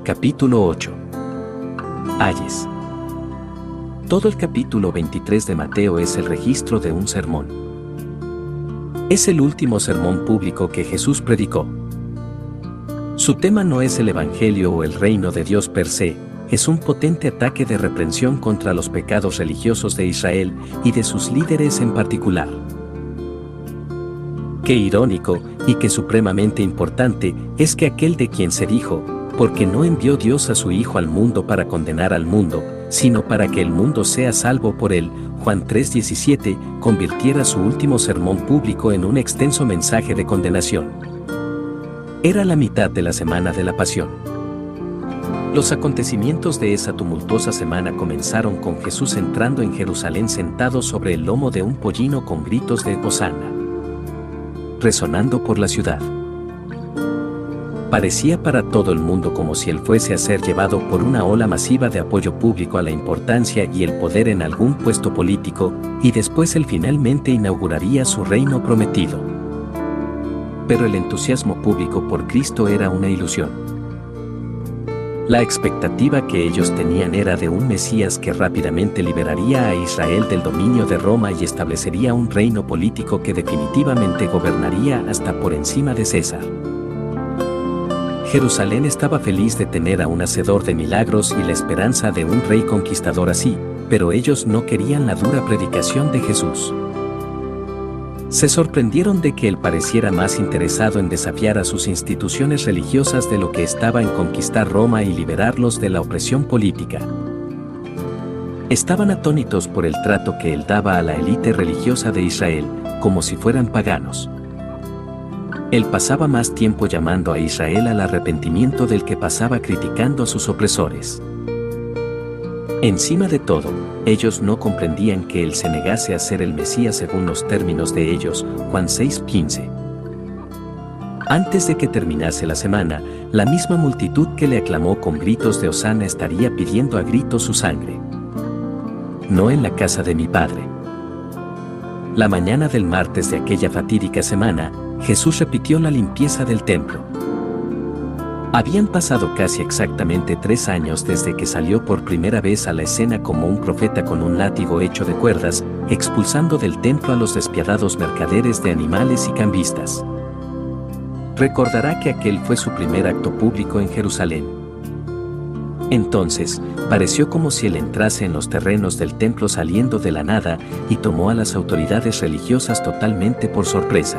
Capítulo 8. Ayes. Todo el capítulo 23 de Mateo es el registro de un sermón. Es el último sermón público que Jesús predicó. Su tema no es el Evangelio o el reino de Dios per se, es un potente ataque de reprensión contra los pecados religiosos de Israel y de sus líderes en particular. Qué irónico, y qué supremamente importante, es que aquel de quien se dijo, porque no envió Dios a su Hijo al mundo para condenar al mundo, sino para que el mundo sea salvo por él, Juan 3:17, convirtiera su último sermón público en un extenso mensaje de condenación. Era la mitad de la semana de la Pasión. Los acontecimientos de esa tumultuosa semana comenzaron con Jesús entrando en Jerusalén sentado sobre el lomo de un pollino con gritos de Hosana, resonando por la ciudad. Parecía para todo el mundo como si él fuese a ser llevado por una ola masiva de apoyo público a la importancia y el poder en algún puesto político, y después él finalmente inauguraría su reino prometido. Pero el entusiasmo público por Cristo era una ilusión. La expectativa que ellos tenían era de un Mesías que rápidamente liberaría a Israel del dominio de Roma y establecería un reino político que definitivamente gobernaría hasta por encima de César. Jerusalén estaba feliz de tener a un hacedor de milagros y la esperanza de un rey conquistador así, pero ellos no querían la dura predicación de Jesús. Se sorprendieron de que él pareciera más interesado en desafiar a sus instituciones religiosas de lo que estaba en conquistar Roma y liberarlos de la opresión política. Estaban atónitos por el trato que él daba a la élite religiosa de Israel, como si fueran paganos. Él pasaba más tiempo llamando a Israel al arrepentimiento del que pasaba criticando a sus opresores. Encima de todo, ellos no comprendían que él se negase a ser el Mesías según los términos de ellos, Juan 6:15. Antes de que terminase la semana, la misma multitud que le aclamó con gritos de Hosana estaría pidiendo a gritos su sangre. No en la casa de mi Padre. La mañana del martes de aquella fatídica semana, Jesús repitió la limpieza del templo. Habían pasado casi exactamente 3 años desde que salió por primera vez a la escena como un profeta con un látigo hecho de cuerdas, expulsando del templo a los despiadados mercaderes de animales y cambistas. Recordará que aquel fue su primer acto público en Jerusalén. Entonces, pareció como si él entrase en los terrenos del templo saliendo de la nada y tomó a las autoridades religiosas totalmente por sorpresa.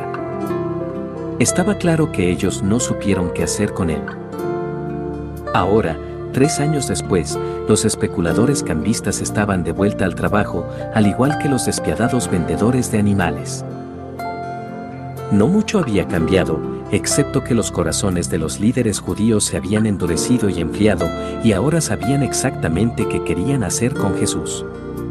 Estaba claro que ellos no supieron qué hacer con él. Ahora, 3 años después, los especuladores cambistas estaban de vuelta al trabajo, al igual que los despiadados vendedores de animales. No mucho había cambiado, excepto que los corazones de los líderes judíos se habían endurecido y enfriado, y ahora sabían exactamente qué querían hacer con Jesús.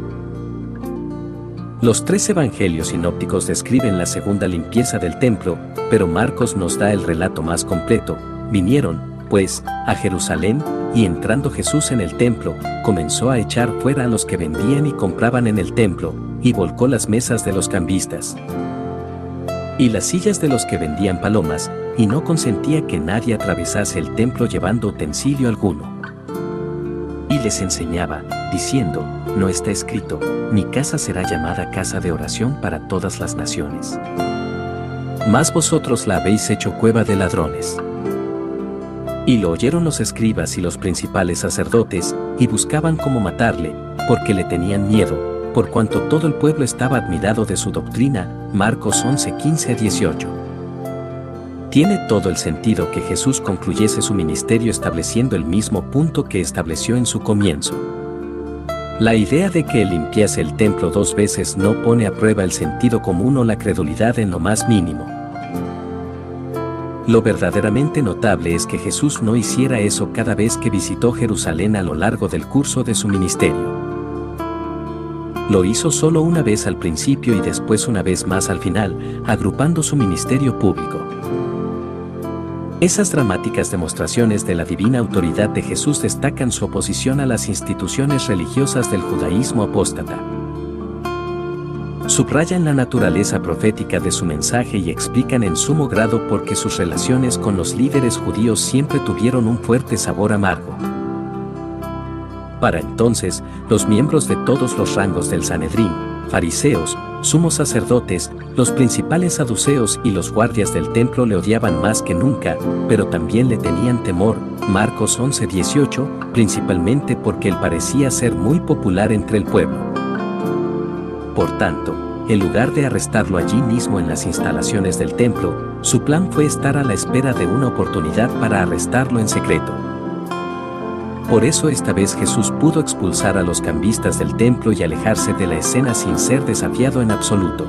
Los 3 evangelios sinópticos describen la segunda limpieza del templo, pero Marcos nos da el relato más completo. Vinieron, pues, a Jerusalén, y entrando Jesús en el templo, comenzó a echar fuera a los que vendían y compraban en el templo, y volcó las mesas de los cambistas y las sillas de los que vendían palomas, y no consentía que nadie atravesase el templo llevando utensilio alguno. Y les enseñaba, diciendo, no está escrito, mi casa será llamada casa de oración para todas las naciones. Mas vosotros la habéis hecho cueva de ladrones. Y lo oyeron los escribas y los principales sacerdotes, y buscaban cómo matarle, porque le tenían miedo, por cuanto todo el pueblo estaba admirado de su doctrina, Marcos 11:15-18. Tiene todo el sentido que Jesús concluyese su ministerio estableciendo el mismo punto que estableció en su comienzo. La idea de que él limpiase el templo 2 veces no pone a prueba el sentido común o la credulidad en lo más mínimo. Lo verdaderamente notable es que Jesús no hiciera eso cada vez que visitó Jerusalén a lo largo del curso de su ministerio. Lo hizo solo una vez al principio y después una vez más al final, agrupando su ministerio público. Esas dramáticas demostraciones de la divina autoridad de Jesús destacan su oposición a las instituciones religiosas del judaísmo apóstata. Subrayan la naturaleza profética de su mensaje y explican en sumo grado por qué sus relaciones con los líderes judíos siempre tuvieron un fuerte sabor amargo. Para entonces, los miembros de todos los rangos del Sanedrín, fariseos, sumos sacerdotes, los principales saduceos y los guardias del templo le odiaban más que nunca, pero también le tenían temor, Marcos 11:18, principalmente porque él parecía ser muy popular entre el pueblo. Por tanto, en lugar de arrestarlo allí mismo en las instalaciones del templo, su plan fue estar a la espera de una oportunidad para arrestarlo en secreto. Por eso esta vez Jesús pudo expulsar a los cambistas del templo y alejarse de la escena sin ser desafiado en absoluto.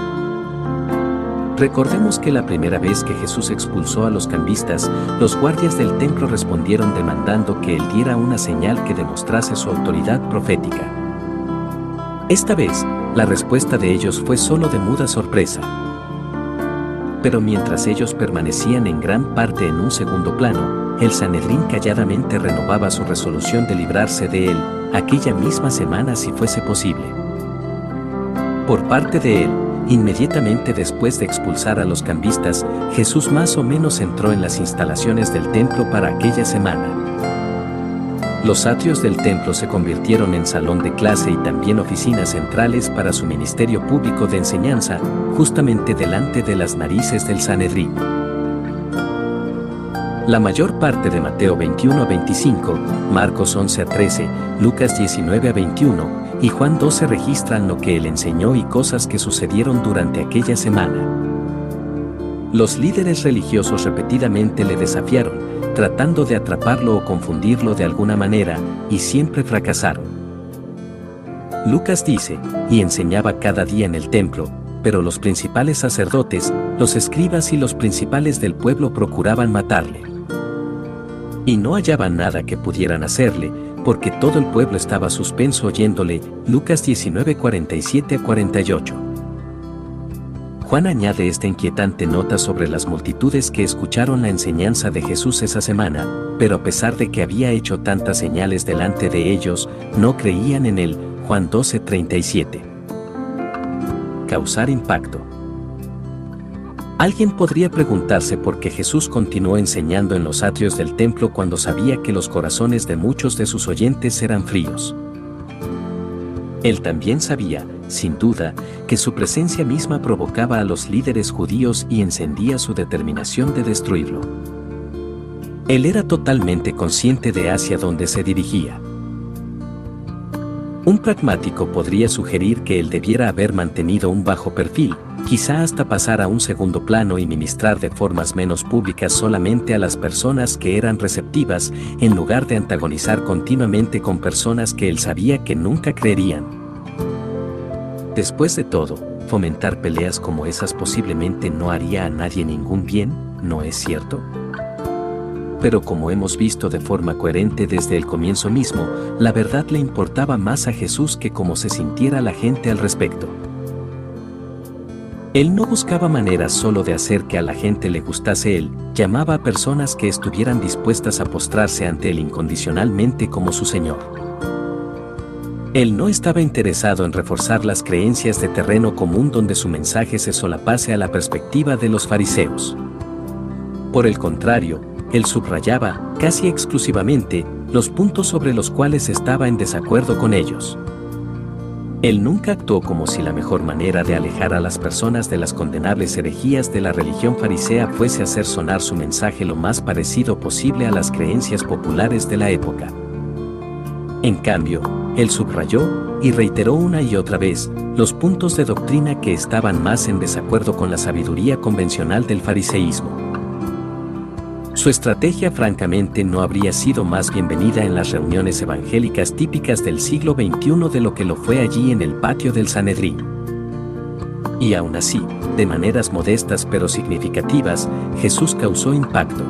Recordemos que la primera vez que Jesús expulsó a los cambistas, los guardias del templo respondieron demandando que él diera una señal que demostrase su autoridad profética. Esta vez, la respuesta de ellos fue solo de muda sorpresa. Pero mientras ellos permanecían en gran parte en un segundo plano, el Sanedrín calladamente renovaba su resolución de librarse de él, aquella misma semana si fuese posible. Por parte de él, inmediatamente después de expulsar a los cambistas, Jesús más o menos entró en las instalaciones del templo para aquella semana. Los atrios del templo se convirtieron en salón de clase y también oficinas centrales para su ministerio público de enseñanza, justamente delante de las narices del Sanedrín. La mayor parte de Mateo 21 a 25, Marcos 11 a 13, Lucas 19 a 21 y Juan 12 registran lo que él enseñó y cosas que sucedieron durante aquella semana. Los líderes religiosos repetidamente le desafiaron, tratando de atraparlo o confundirlo de alguna manera, y siempre fracasaron. Lucas dice, y enseñaba cada día en el templo, pero los principales sacerdotes, los escribas y los principales del pueblo procuraban matarle. Y no hallaban nada que pudieran hacerle, porque todo el pueblo estaba suspenso oyéndole. Lucas 19, 47 a 48. Juan añade esta inquietante nota sobre las multitudes que escucharon la enseñanza de Jesús esa semana, pero a pesar de que había hecho tantas señales delante de ellos, no creían en él. Juan 12, 37. Causar impacto. Alguien podría preguntarse por qué Jesús continuó enseñando en los atrios del templo cuando sabía que los corazones de muchos de sus oyentes eran fríos. Él también sabía, sin duda, que su presencia misma provocaba a los líderes judíos y encendía su determinación de destruirlo. Él era totalmente consciente de hacia dónde se dirigía. Un pragmático podría sugerir que él debiera haber mantenido un bajo perfil, quizá hasta pasar a un segundo plano y ministrar de formas menos públicas solamente a las personas que eran receptivas, en lugar de antagonizar continuamente con personas que él sabía que nunca creerían. Después de todo, fomentar peleas como esas posiblemente no haría a nadie ningún bien, ¿no es cierto? Pero como hemos visto de forma coherente desde el comienzo mismo, la verdad le importaba más a Jesús que cómo se sintiera la gente al respecto. Él no buscaba maneras solo de hacer que a la gente le gustase él, llamaba a personas que estuvieran dispuestas a postrarse ante él incondicionalmente como su Señor. Él no estaba interesado en reforzar las creencias de terreno común donde su mensaje se solapase a la perspectiva de los fariseos. Por el contrario, él subrayaba, casi exclusivamente, los puntos sobre los cuales estaba en desacuerdo con ellos. Él nunca actuó como si la mejor manera de alejar a las personas de las condenables herejías de la religión farisea fuese hacer sonar su mensaje lo más parecido posible a las creencias populares de la época. En cambio, él subrayó, y reiteró una y otra vez, los puntos de doctrina que estaban más en desacuerdo con la sabiduría convencional del fariseísmo. Su estrategia francamente no habría sido más bienvenida en las reuniones evangélicas típicas del siglo XXI de lo que lo fue allí en el patio del Sanedrín. Y aún así, de maneras modestas pero significativas, Jesús causó impacto.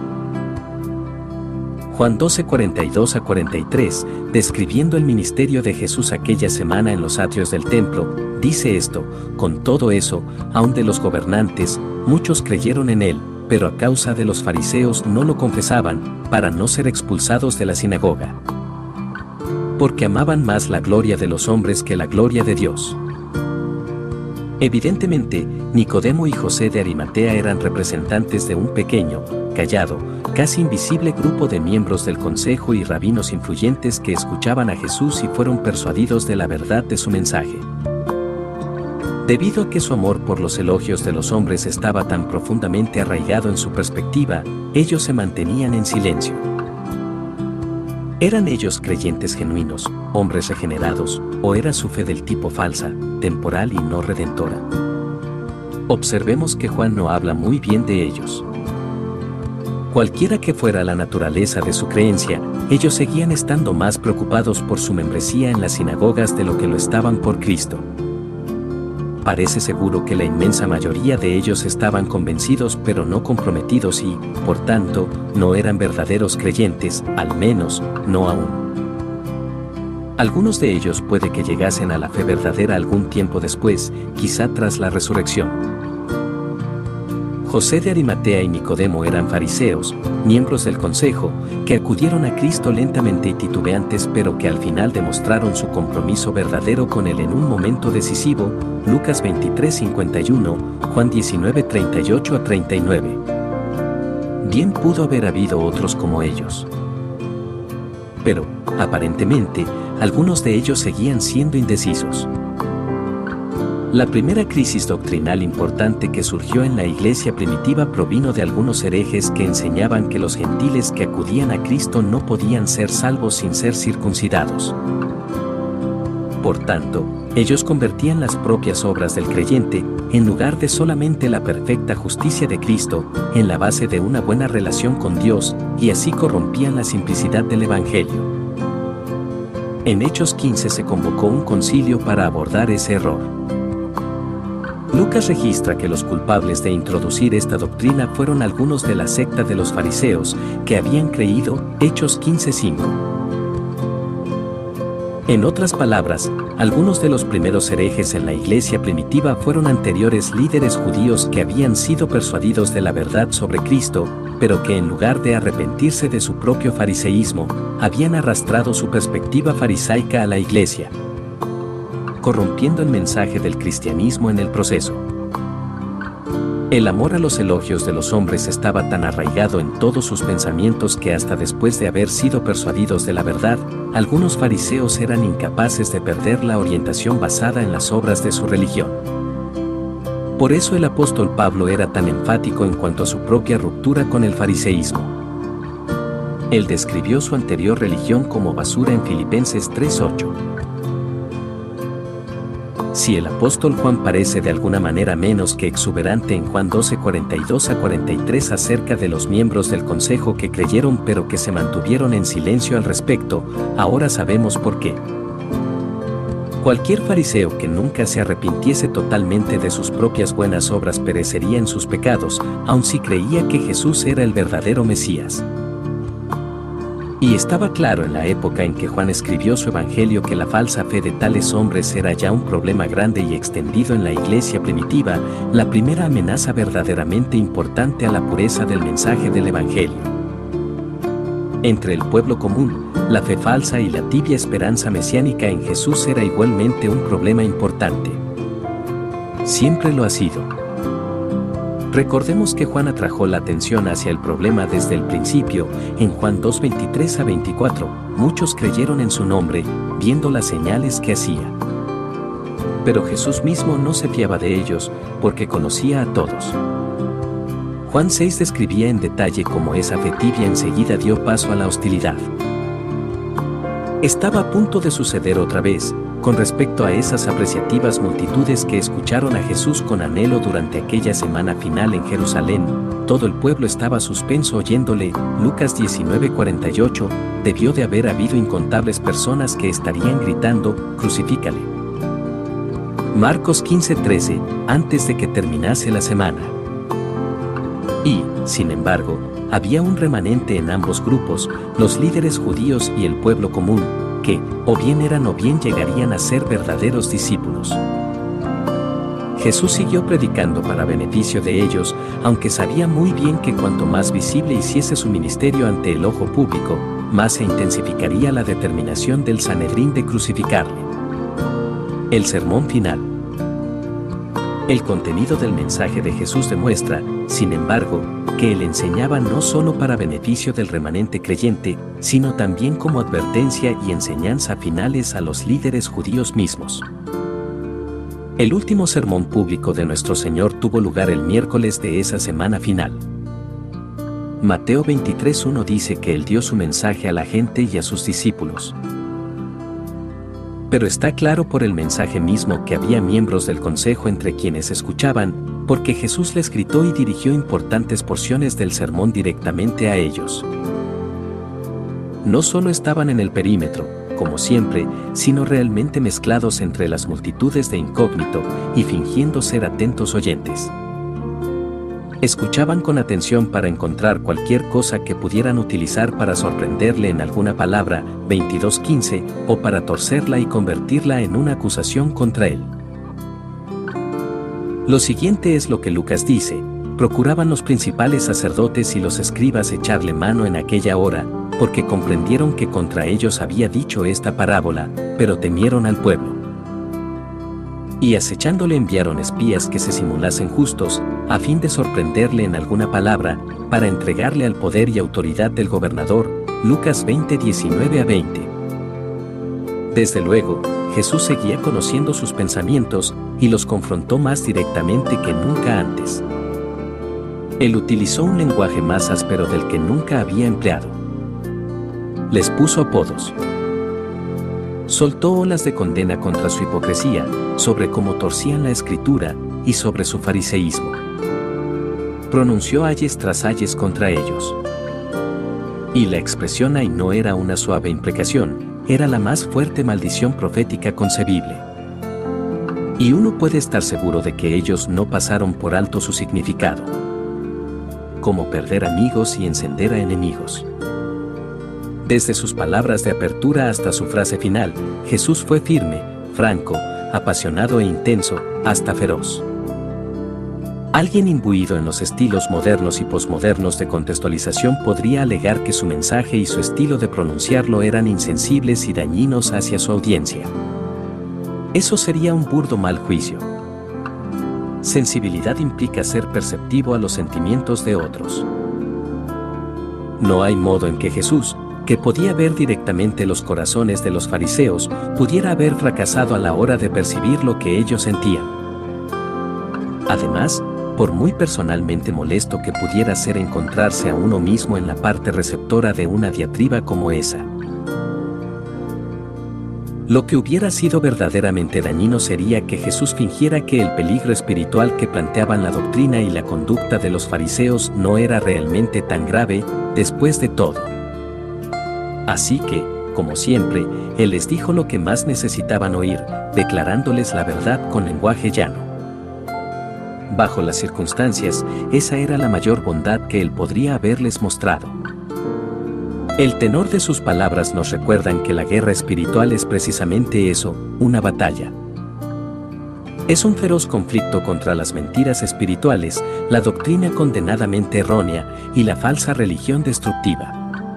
Juan 12, 42 a 43, describiendo el ministerio de Jesús aquella semana en los atrios del templo, dice esto: con todo eso, aun de los gobernantes, muchos creyeron en él, pero a causa de los fariseos no lo confesaban, para no ser expulsados de la sinagoga. Porque amaban más la gloria de los hombres que la gloria de Dios. Evidentemente, Nicodemo y José de Arimatea eran representantes de un pequeño, callado, casi invisible grupo de miembros del consejo y rabinos influyentes que escuchaban a Jesús y fueron persuadidos de la verdad de su mensaje. Debido a que su amor por los elogios de los hombres estaba tan profundamente arraigado en su perspectiva, ellos se mantenían en silencio. ¿Eran ellos creyentes genuinos, hombres regenerados, o era su fe del tipo falsa, temporal y no redentora? Observemos que Juan no habla muy bien de ellos. Cualquiera que fuera la naturaleza de su creencia, ellos seguían estando más preocupados por su membresía en las sinagogas de lo que lo estaban por Cristo. Parece seguro que la inmensa mayoría de ellos estaban convencidos pero no comprometidos y, por tanto, no eran verdaderos creyentes, al menos, no aún. Algunos de ellos puede que llegasen a la fe verdadera algún tiempo después, quizá tras la resurrección. José de Arimatea y Nicodemo eran fariseos, miembros del consejo, que acudieron a Cristo lentamente y titubeantes pero que al final demostraron su compromiso verdadero con Él en un momento decisivo, Lucas 23:51, Juan 19:38-39. Bien pudo haber habido otros como ellos. Pero, aparentemente, algunos de ellos seguían siendo indecisos. La primera crisis doctrinal importante que surgió en la iglesia primitiva provino de algunos herejes que enseñaban que los gentiles que acudían a Cristo no podían ser salvos sin ser circuncidados. Por tanto, ellos convertían las propias obras del creyente, en lugar de solamente la perfecta justicia de Cristo, en la base de una buena relación con Dios, y así corrompían la simplicidad del Evangelio. En Hechos 15 se convocó un concilio para abordar ese error. Lucas registra que los culpables de introducir esta doctrina fueron algunos de la secta de los fariseos, que habían creído, Hechos 15:5. En otras palabras, algunos de los primeros herejes en la iglesia primitiva fueron anteriores líderes judíos que habían sido persuadidos de la verdad sobre Cristo, pero que en lugar de arrepentirse de su propio fariseísmo, habían arrastrado su perspectiva farisaica a la iglesia, corrompiendo el mensaje del cristianismo en el proceso. El amor a los elogios de los hombres estaba tan arraigado en todos sus pensamientos que hasta después de haber sido persuadidos de la verdad, algunos fariseos eran incapaces de perder la orientación basada en las obras de su religión. Por eso el apóstol Pablo era tan enfático en cuanto a su propia ruptura con el fariseísmo. Él describió su anterior religión como basura en Filipenses 3:8. Si el apóstol Juan parece de alguna manera menos que exuberante en Juan 12:42-43 acerca de los miembros del consejo que creyeron pero que se mantuvieron en silencio al respecto, ahora sabemos por qué. Cualquier fariseo que nunca se arrepintiese totalmente de sus propias buenas obras perecería en sus pecados, aun si creía que Jesús era el verdadero Mesías. Y estaba claro en la época en que Juan escribió su evangelio que la falsa fe de tales hombres era ya un problema grande y extendido en la iglesia primitiva, la primera amenaza verdaderamente importante a la pureza del mensaje del evangelio. Entre el pueblo común, la fe falsa y la tibia esperanza mesiánica en Jesús era igualmente un problema importante. Siempre lo ha sido. Recordemos que Juan atrajo la atención hacia el problema desde el principio. En Juan 2:23-24, muchos creyeron en su nombre, viendo las señales que hacía. Pero Jesús mismo no se fiaba de ellos, porque conocía a todos. Juan 6 describía en detalle cómo esa fe tibia enseguida dio paso a la hostilidad. Estaba a punto de suceder otra vez, con respecto a esas apreciativas multitudes que escucharon a Jesús con anhelo durante aquella semana final en Jerusalén. Todo el pueblo estaba suspenso oyéndole. Lucas 19:48, debió de haber habido incontables personas que estarían gritando, «Crucifícale». Marcos 15:13, antes de que terminase la semana. Y, sin embargo, había un remanente en ambos grupos, los líderes judíos y el pueblo común, que, o bien eran o bien llegarían a ser verdaderos discípulos. Jesús siguió predicando para beneficio de ellos, aunque sabía muy bien que cuanto más visible hiciese su ministerio ante el ojo público, más se intensificaría la determinación del Sanedrín de crucificarle. El sermón final. El contenido del mensaje de Jesús demuestra, sin embargo, que él enseñaba no solo para beneficio del remanente creyente, sino también como advertencia y enseñanza finales a los líderes judíos mismos. El último sermón público de nuestro Señor tuvo lugar el miércoles de esa semana final. Mateo 23:1 dice que él dio su mensaje a la gente y a sus discípulos. Pero está claro por el mensaje mismo que había miembros del consejo entre quienes escuchaban, porque Jesús les gritó y dirigió importantes porciones del sermón directamente a ellos. No solo estaban en el perímetro, como siempre, sino realmente mezclados entre las multitudes de incógnito y fingiendo ser atentos oyentes. Escuchaban con atención para encontrar cualquier cosa que pudieran utilizar para sorprenderle en alguna palabra, 22:15, o para torcerla y convertirla en una acusación contra él. Lo siguiente es lo que Lucas dice: procuraban los principales sacerdotes y los escribas echarle mano en aquella hora, porque comprendieron que contra ellos había dicho esta parábola, pero temieron al pueblo. Y acechándole enviaron espías que se simulasen justos, a fin de sorprenderle en alguna palabra, para entregarle al poder y autoridad del gobernador. Lucas 20:19-20. Desde luego, Jesús seguía conociendo sus pensamientos, y los confrontó más directamente que nunca antes. Él utilizó un lenguaje más áspero del que nunca había empleado. Les puso apodos. Soltó olas de condena contra su hipocresía, sobre cómo torcían la escritura, y sobre su fariseísmo. Pronunció ayes tras ayes contra ellos. Y la expresión ay no era una suave imprecación, era la más fuerte maldición profética concebible. Y uno puede estar seguro de que ellos no pasaron por alto su significado. Como perder amigos y encender a enemigos. Desde sus palabras de apertura hasta su frase final, Jesús fue firme, franco, apasionado e intenso, hasta feroz. Alguien imbuido en los estilos modernos y posmodernos de contextualización podría alegar que su mensaje y su estilo de pronunciarlo eran insensibles y dañinos hacia su audiencia. Eso sería un burdo mal juicio. Sensibilidad implica ser perceptivo a los sentimientos de otros. No hay modo en que Jesús, que podía ver directamente los corazones de los fariseos, pudiera haber fracasado a la hora de percibir lo que ellos sentían. Además, por muy personalmente molesto que pudiera ser encontrarse a uno mismo en la parte receptora de una diatriba como esa, lo que hubiera sido verdaderamente dañino sería que Jesús fingiera que el peligro espiritual que planteaban la doctrina y la conducta de los fariseos no era realmente tan grave, después de todo. Así que, como siempre, Él les dijo lo que más necesitaban oír, declarándoles la verdad con lenguaje llano. Bajo las circunstancias, esa era la mayor bondad que Él podría haberles mostrado. El tenor de sus palabras nos recuerdan que la guerra espiritual es precisamente eso, una batalla. Es un feroz conflicto contra las mentiras espirituales, la doctrina condenadamente errónea y la falsa religión destructiva.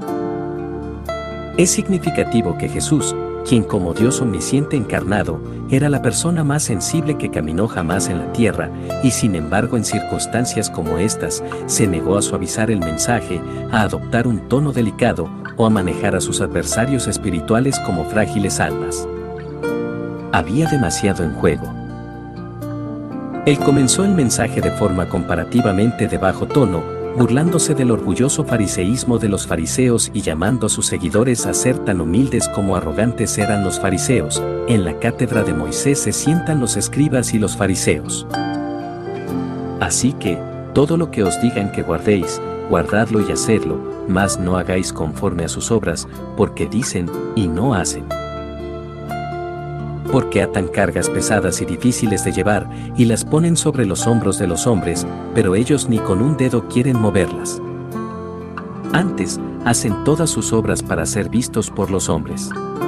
Es significativo que Jesús, quien como Dios omnisciente encarnado, era la persona más sensible que caminó jamás en la tierra, y sin embargo en circunstancias como estas, se negó a suavizar el mensaje, a adoptar un tono delicado, o a manejar a sus adversarios espirituales como frágiles almas. Había demasiado en juego. Él comenzó el mensaje de forma comparativamente de bajo tono, burlándose del orgulloso fariseísmo de los fariseos y llamando a sus seguidores a ser tan humildes como arrogantes eran los fariseos. En la cátedra de Moisés se sientan los escribas y los fariseos. Así que, todo lo que os digan que guardéis, guardadlo y hacedlo, mas no hagáis conforme a sus obras, porque dicen y no hacen. Porque atan cargas pesadas y difíciles de llevar, y las ponen sobre los hombros de los hombres, pero ellos ni con un dedo quieren moverlas. Antes, hacen todas sus obras para ser vistos por los hombres.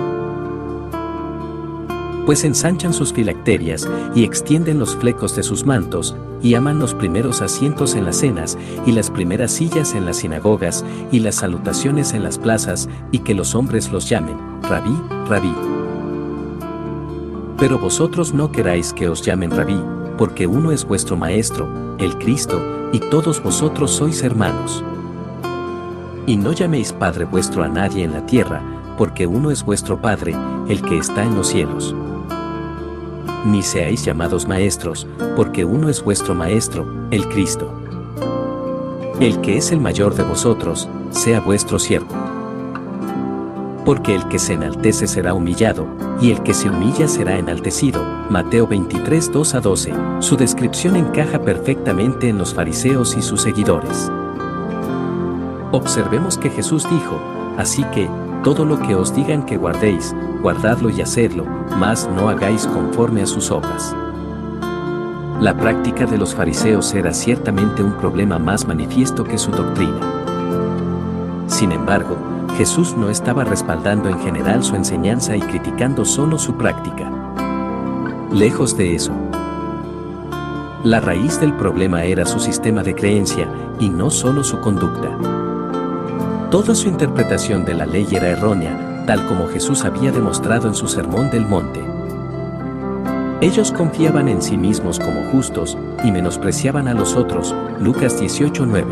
Pues ensanchan sus filacterias, y extienden los flecos de sus mantos, y aman los primeros asientos en las cenas, y las primeras sillas en las sinagogas, y las salutaciones en las plazas, y que los hombres los llamen, Rabí, Rabí. Pero vosotros no queráis que os llamen Rabí, porque uno es vuestro Maestro, el Cristo, y todos vosotros sois hermanos. Y no llaméis Padre vuestro a nadie en la tierra, porque uno es vuestro Padre, el que está en los cielos. Ni seáis llamados maestros, porque uno es vuestro Maestro, el Cristo. El que es el mayor de vosotros, sea vuestro siervo. Porque el que se enaltece será humillado, y el que se humilla será enaltecido. Mateo 23, 2-12. Su descripción encaja perfectamente en los fariseos y sus seguidores. Observemos que Jesús dijo: así que, todo lo que os digan que guardéis, guardadlo y hacedlo, mas no hagáis conforme a sus obras. La práctica de los fariseos era ciertamente un problema más manifiesto que su doctrina. Sin embargo, Jesús no estaba respaldando en general su enseñanza y criticando solo su práctica. Lejos de eso. La raíz del problema era su sistema de creencia, y no solo su conducta. Toda su interpretación de la ley era errónea, tal como Jesús había demostrado en su Sermón del Monte. Ellos confiaban en sí mismos como justos, y menospreciaban a los otros, Lucas 18:9.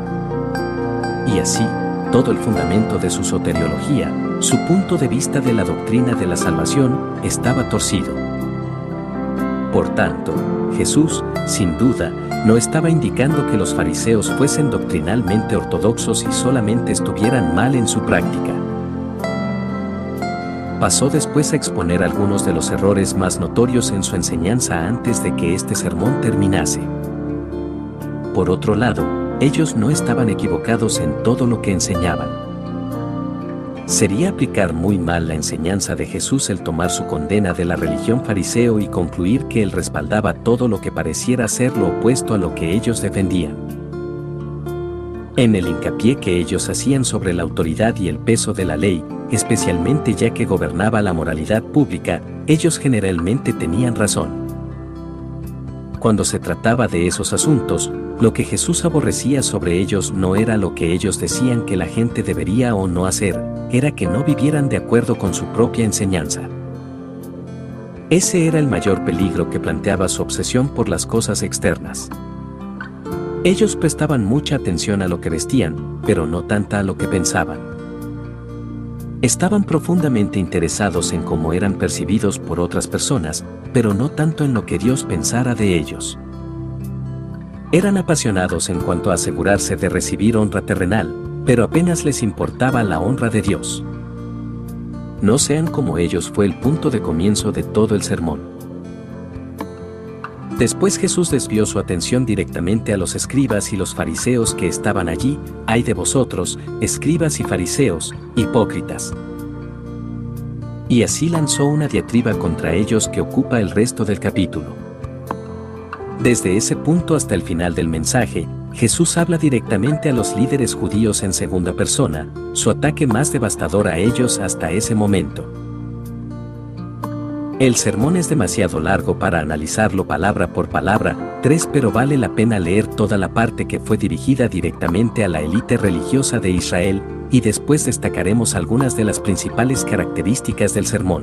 Y así, todo el fundamento de su soteriología, su punto de vista de la doctrina de la salvación, estaba torcido. Por tanto, Jesús, sin duda, no estaba indicando que los fariseos fuesen doctrinalmente ortodoxos y solamente estuvieran mal en su práctica. Pasó después a exponer algunos de los errores más notorios en su enseñanza antes de que este sermón terminase. Por otro lado, ellos no estaban equivocados en todo lo que enseñaban. Sería aplicar muy mal la enseñanza de Jesús el tomar su condena de la religión fariseo y concluir que él respaldaba todo lo que pareciera ser lo opuesto a lo que ellos defendían. En el hincapié que ellos hacían sobre la autoridad y el peso de la ley, especialmente ya que gobernaba la moralidad pública, ellos generalmente tenían razón. Cuando se trataba de esos asuntos, lo que Jesús aborrecía sobre ellos no era lo que ellos decían que la gente debería o no hacer, era que no vivieran de acuerdo con su propia enseñanza. Ese era el mayor peligro que planteaba su obsesión por las cosas externas. Ellos prestaban mucha atención a lo que vestían, pero no tanta a lo que pensaban. Estaban profundamente interesados en cómo eran percibidos por otras personas, pero no tanto en lo que Dios pensara de ellos. Eran apasionados en cuanto a asegurarse de recibir honra terrenal, pero apenas les importaba la honra de Dios. No sean como ellos fue el punto de comienzo de todo el sermón. Después Jesús desvió su atención directamente a los escribas y los fariseos que estaban allí. Ay de vosotros, escribas y fariseos, hipócritas. Y así lanzó una diatriba contra ellos que ocupa el resto del capítulo. Desde ese punto hasta el final del mensaje, Jesús habla directamente a los líderes judíos en segunda persona, su ataque más devastador a ellos hasta ese momento. El sermón es demasiado largo para analizarlo palabra por palabra, pero vale la pena leer toda la parte que fue dirigida directamente a la élite religiosa de Israel, y después destacaremos algunas de las principales características del sermón.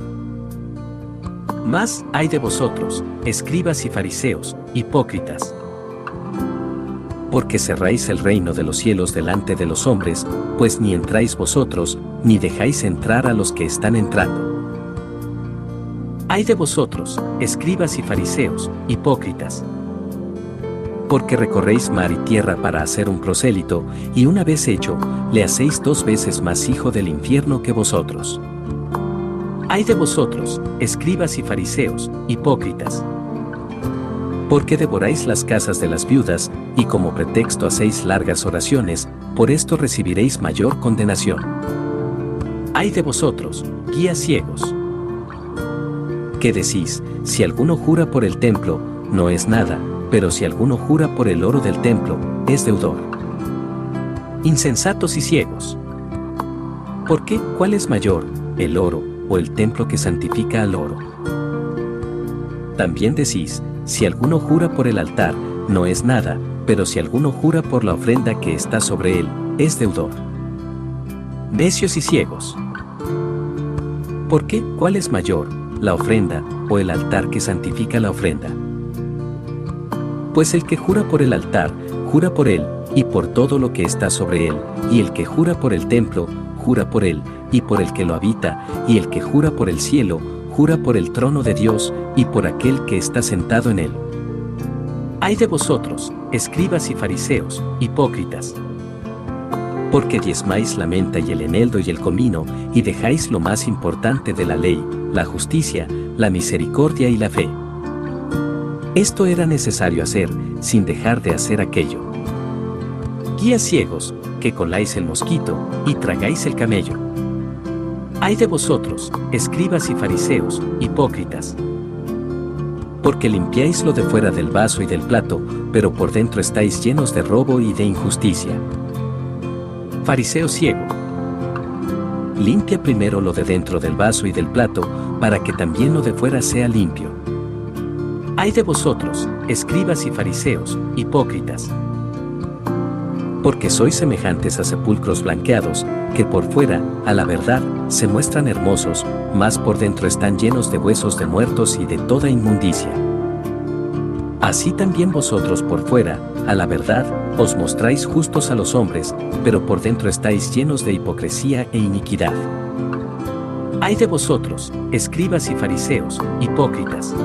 Mas, ay de vosotros, escribas y fariseos, hipócritas. Porque cerráis el reino de los cielos delante de los hombres, pues ni entráis vosotros, ni dejáis entrar a los que están entrando. Ay de vosotros, escribas y fariseos, hipócritas. Porque recorréis mar y tierra para hacer un prosélito, y una vez hecho, le hacéis 2 veces más hijo del infierno que vosotros. Ay de vosotros, escribas y fariseos, hipócritas. Porque devoráis las casas de las viudas, y como pretexto hacéis largas oraciones, por esto recibiréis mayor condenación. Ay de vosotros, guías ciegos. ¿Qué decís? Si alguno jura por el templo, no es nada, pero si alguno jura por el oro del templo, es deudor. Insensatos y ciegos. ¿Por qué? ¿Cuál es mayor, el oro, o el templo que santifica al oro? También decís, si alguno jura por el altar, no es nada, pero si alguno jura por la ofrenda que está sobre él, es deudor. Necios y ciegos. ¿Por qué? ¿Cuál es mayor, la ofrenda, o el altar que santifica la ofrenda? Pues el que jura por el altar, jura por él, y por todo lo que está sobre él, y el que jura por el templo, jura por él, y por el que lo habita, y el que jura por el cielo, jura por el trono de Dios, y por aquel que está sentado en él. ¡Ay de vosotros, escribas y fariseos, hipócritas! Porque diezmáis la menta y el eneldo y el comino, y dejáis lo más importante de la ley, la justicia, la misericordia y la fe. Esto era necesario hacer, sin dejar de hacer aquello. Guías ciegos, que coláis el mosquito, y tragáis el camello. ¡Ay de vosotros, escribas y fariseos, hipócritas! Porque limpiáis lo de fuera del vaso y del plato, pero por dentro estáis llenos de robo y de injusticia. Fariseo ciego, limpia primero lo de dentro del vaso y del plato, para que también lo de fuera sea limpio. ¡Ay de vosotros, escribas y fariseos, hipócritas! Porque sois semejantes a sepulcros blanqueados, que por fuera, a la verdad, se muestran hermosos, mas por dentro están llenos de huesos de muertos y de toda inmundicia. Así también vosotros por fuera, a la verdad, os mostráis justos a los hombres, pero por dentro estáis llenos de hipocresía e iniquidad. ¡Ay de vosotros, escribas y fariseos, hipócritas!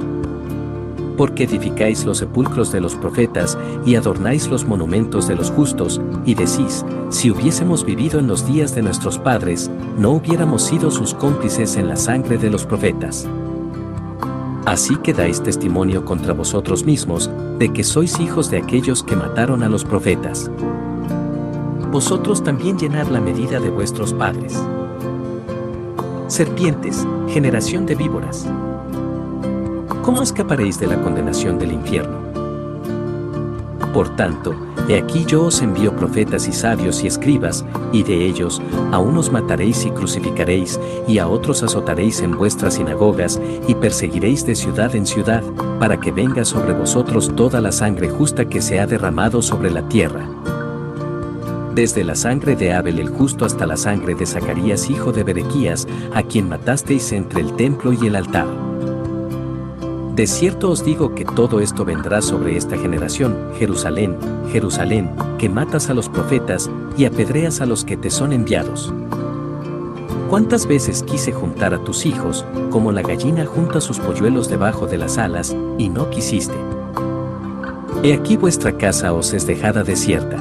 Porque edificáis los sepulcros de los profetas y adornáis los monumentos de los justos, y decís, si hubiésemos vivido en los días de nuestros padres, no hubiéramos sido sus cómplices en la sangre de los profetas. Así que dais testimonio contra vosotros mismos, de que sois hijos de aquellos que mataron a los profetas. Vosotros también llenad la medida de vuestros padres. Serpientes, generación de víboras, ¿cómo escaparéis de la condenación del infierno? Por tanto, he aquí yo os envío profetas y sabios y escribas, y de ellos, a unos mataréis y crucificaréis, y a otros azotaréis en vuestras sinagogas, y perseguiréis de ciudad en ciudad, para que venga sobre vosotros toda la sangre justa que se ha derramado sobre la tierra. Desde la sangre de Abel el justo hasta la sangre de Zacarías hijo de Berequías, a quien matasteis entre el templo y el altar. De cierto os digo que todo esto vendrá sobre esta generación, Jerusalén, Jerusalén, que matas a los profetas y apedreas a los que te son enviados. ¿Cuántas veces quise juntar a tus hijos, como la gallina junta sus polluelos debajo de las alas, y no quisiste? He aquí vuestra casa os es dejada desierta.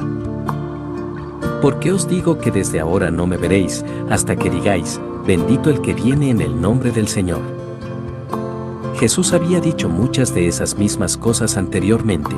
¿Por qué os digo que desde ahora no me veréis, hasta que digáis, bendito el que viene en el nombre del Señor? Jesús había dicho muchas de esas mismas cosas anteriormente.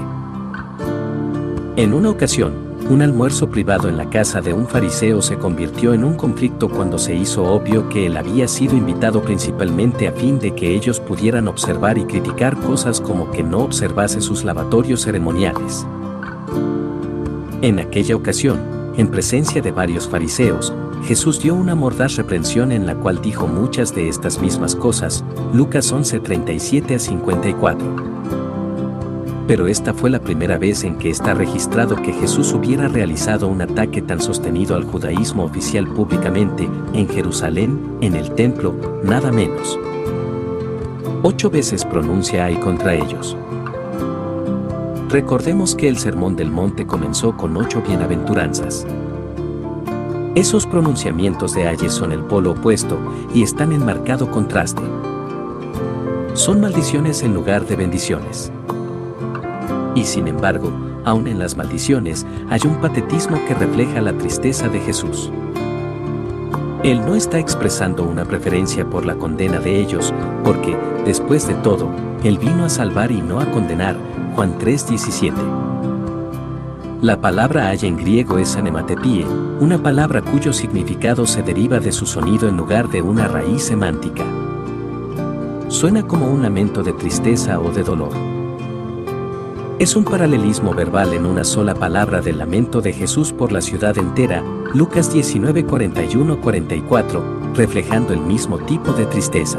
En una ocasión, un almuerzo privado en la casa de un fariseo se convirtió en un conflicto cuando se hizo obvio que él había sido invitado principalmente a fin de que ellos pudieran observar y criticar cosas como que no observase sus lavatorios ceremoniales. En aquella ocasión, en presencia de varios fariseos, Jesús dio una mordaz reprensión en la cual dijo muchas de estas mismas cosas, Lucas 11:37-54. Pero esta fue la primera vez en que está registrado que Jesús hubiera realizado un ataque tan sostenido al judaísmo oficial públicamente, en Jerusalén, en el templo, nada menos. 8 veces pronuncia ay contra ellos. Recordemos que el Sermón del Monte comenzó con 8 bienaventuranzas. Esos pronunciamientos de ayes son el polo opuesto y están en marcado contraste. Son maldiciones en lugar de bendiciones. Y sin embargo, aun en las maldiciones, hay un patetismo que refleja la tristeza de Jesús. Él no está expresando una preferencia por la condena de ellos, porque, después de todo, Él vino a salvar y no a condenar, Juan 3:17. La palabra haya en griego es anematepie, una palabra cuyo significado se deriva de su sonido en lugar de una raíz semántica. Suena como un lamento de tristeza o de dolor. Es un paralelismo verbal en una sola palabra del lamento de Jesús por la ciudad entera, Lucas 19:41-44, reflejando el mismo tipo de tristeza.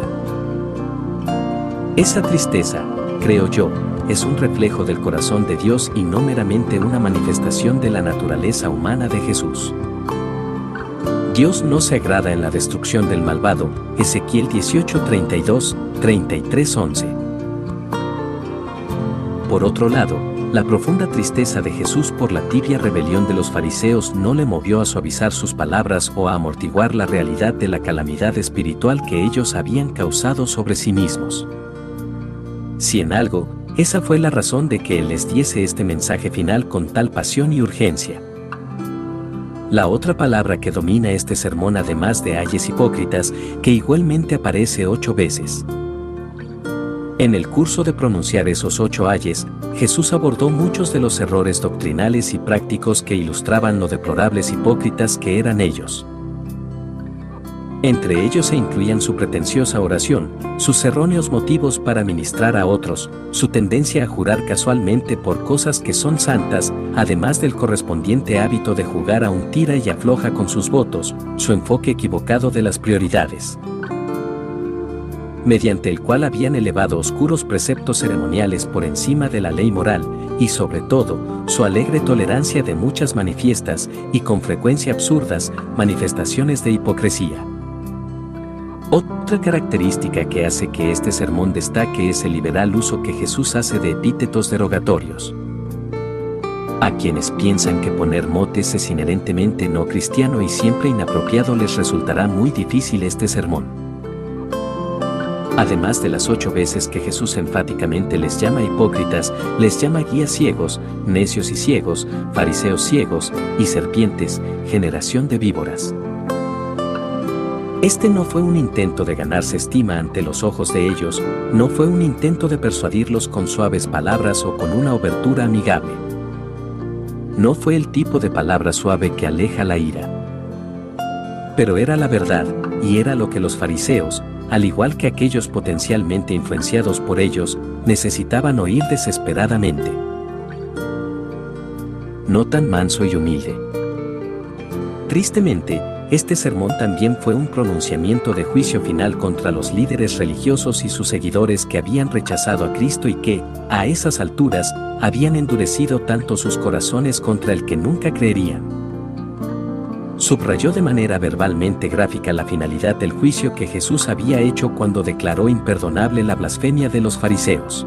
Esa tristeza, creo yo, es un reflejo del corazón de Dios y no meramente una manifestación de la naturaleza humana de Jesús. Dios no se agrada en la destrucción del malvado, Ezequiel 18:32, 33:11. Por otro lado, la profunda tristeza de Jesús por la tibia rebelión de los fariseos no le movió a suavizar sus palabras o a amortiguar la realidad de la calamidad espiritual que ellos habían causado sobre sí mismos. Si en algo, esa fue la razón de que Él les diese este mensaje final con tal pasión y urgencia. La otra palabra que domina este sermón, además de ayes hipócritas, que igualmente aparece 8 veces. En el curso de pronunciar esos 8 ayes, Jesús abordó muchos de los errores doctrinales y prácticos que ilustraban lo deplorables hipócritas que eran ellos. Entre ellos se incluían su pretenciosa oración, sus erróneos motivos para ministrar a otros, su tendencia a jurar casualmente por cosas que son santas, además del correspondiente hábito de jugar a un tira y afloja con sus votos, su enfoque equivocado de las prioridades, mediante el cual habían elevado oscuros preceptos ceremoniales por encima de la ley moral, y sobre todo, su alegre tolerancia de muchas manifiestas, y con frecuencia absurdas, manifestaciones de hipocresía. Otra característica que hace que este sermón destaque es el liberal uso que Jesús hace de epítetos derogatorios. A quienes piensan que poner motes es inherentemente no cristiano y siempre inapropiado les resultará muy difícil este sermón. Además de las 8 veces que Jesús enfáticamente les llama hipócritas, les llama guías ciegos, necios y ciegos, fariseos ciegos y serpientes, generación de víboras. Este no fue un intento de ganarse estima ante los ojos de ellos, no fue un intento de persuadirlos con suaves palabras o con una obertura amigable. No fue el tipo de palabra suave que aleja la ira. Pero era la verdad, y era lo que los fariseos, al igual que aquellos potencialmente influenciados por ellos, necesitaban oír desesperadamente. No tan manso y humilde. Tristemente, este sermón también fue un pronunciamiento de juicio final contra los líderes religiosos y sus seguidores que habían rechazado a Cristo y que, a esas alturas, habían endurecido tanto sus corazones contra el que nunca creerían. Subrayó de manera verbalmente gráfica la finalidad del juicio que Jesús había hecho cuando declaró imperdonable la blasfemia de los fariseos.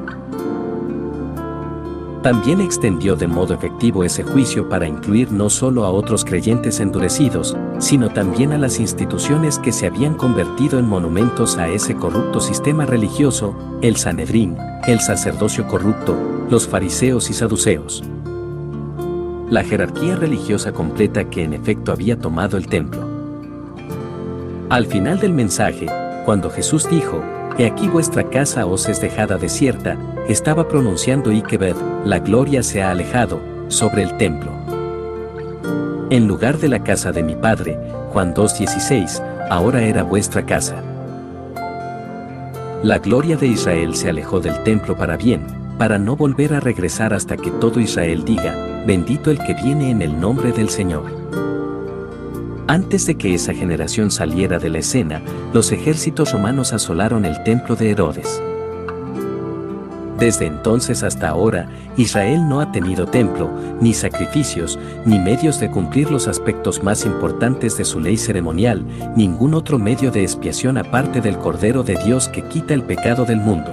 También extendió de modo efectivo ese juicio para incluir no solo a otros creyentes endurecidos, sino también a las instituciones que se habían convertido en monumentos a ese corrupto sistema religioso, el Sanedrín, el sacerdocio corrupto, los fariseos y saduceos. La jerarquía religiosa completa que en efecto había tomado el templo. Al final del mensaje, cuando Jesús dijo, «He aquí vuestra casa os es dejada desierta», estaba pronunciando Ikebed, la gloria se ha alejado, sobre el templo. En lugar de la casa de mi Padre, Juan 2:16, ahora era vuestra casa. La gloria de Israel se alejó del templo para bien, para no volver a regresar hasta que todo Israel diga, bendito el que viene en el nombre del Señor. Antes de que esa generación saliera de la escena, los ejércitos romanos asolaron el templo de Herodes. Desde entonces hasta ahora, Israel no ha tenido templo, ni sacrificios, ni medios de cumplir los aspectos más importantes de su ley ceremonial, ningún otro medio de expiación aparte del Cordero de Dios que quita el pecado del mundo.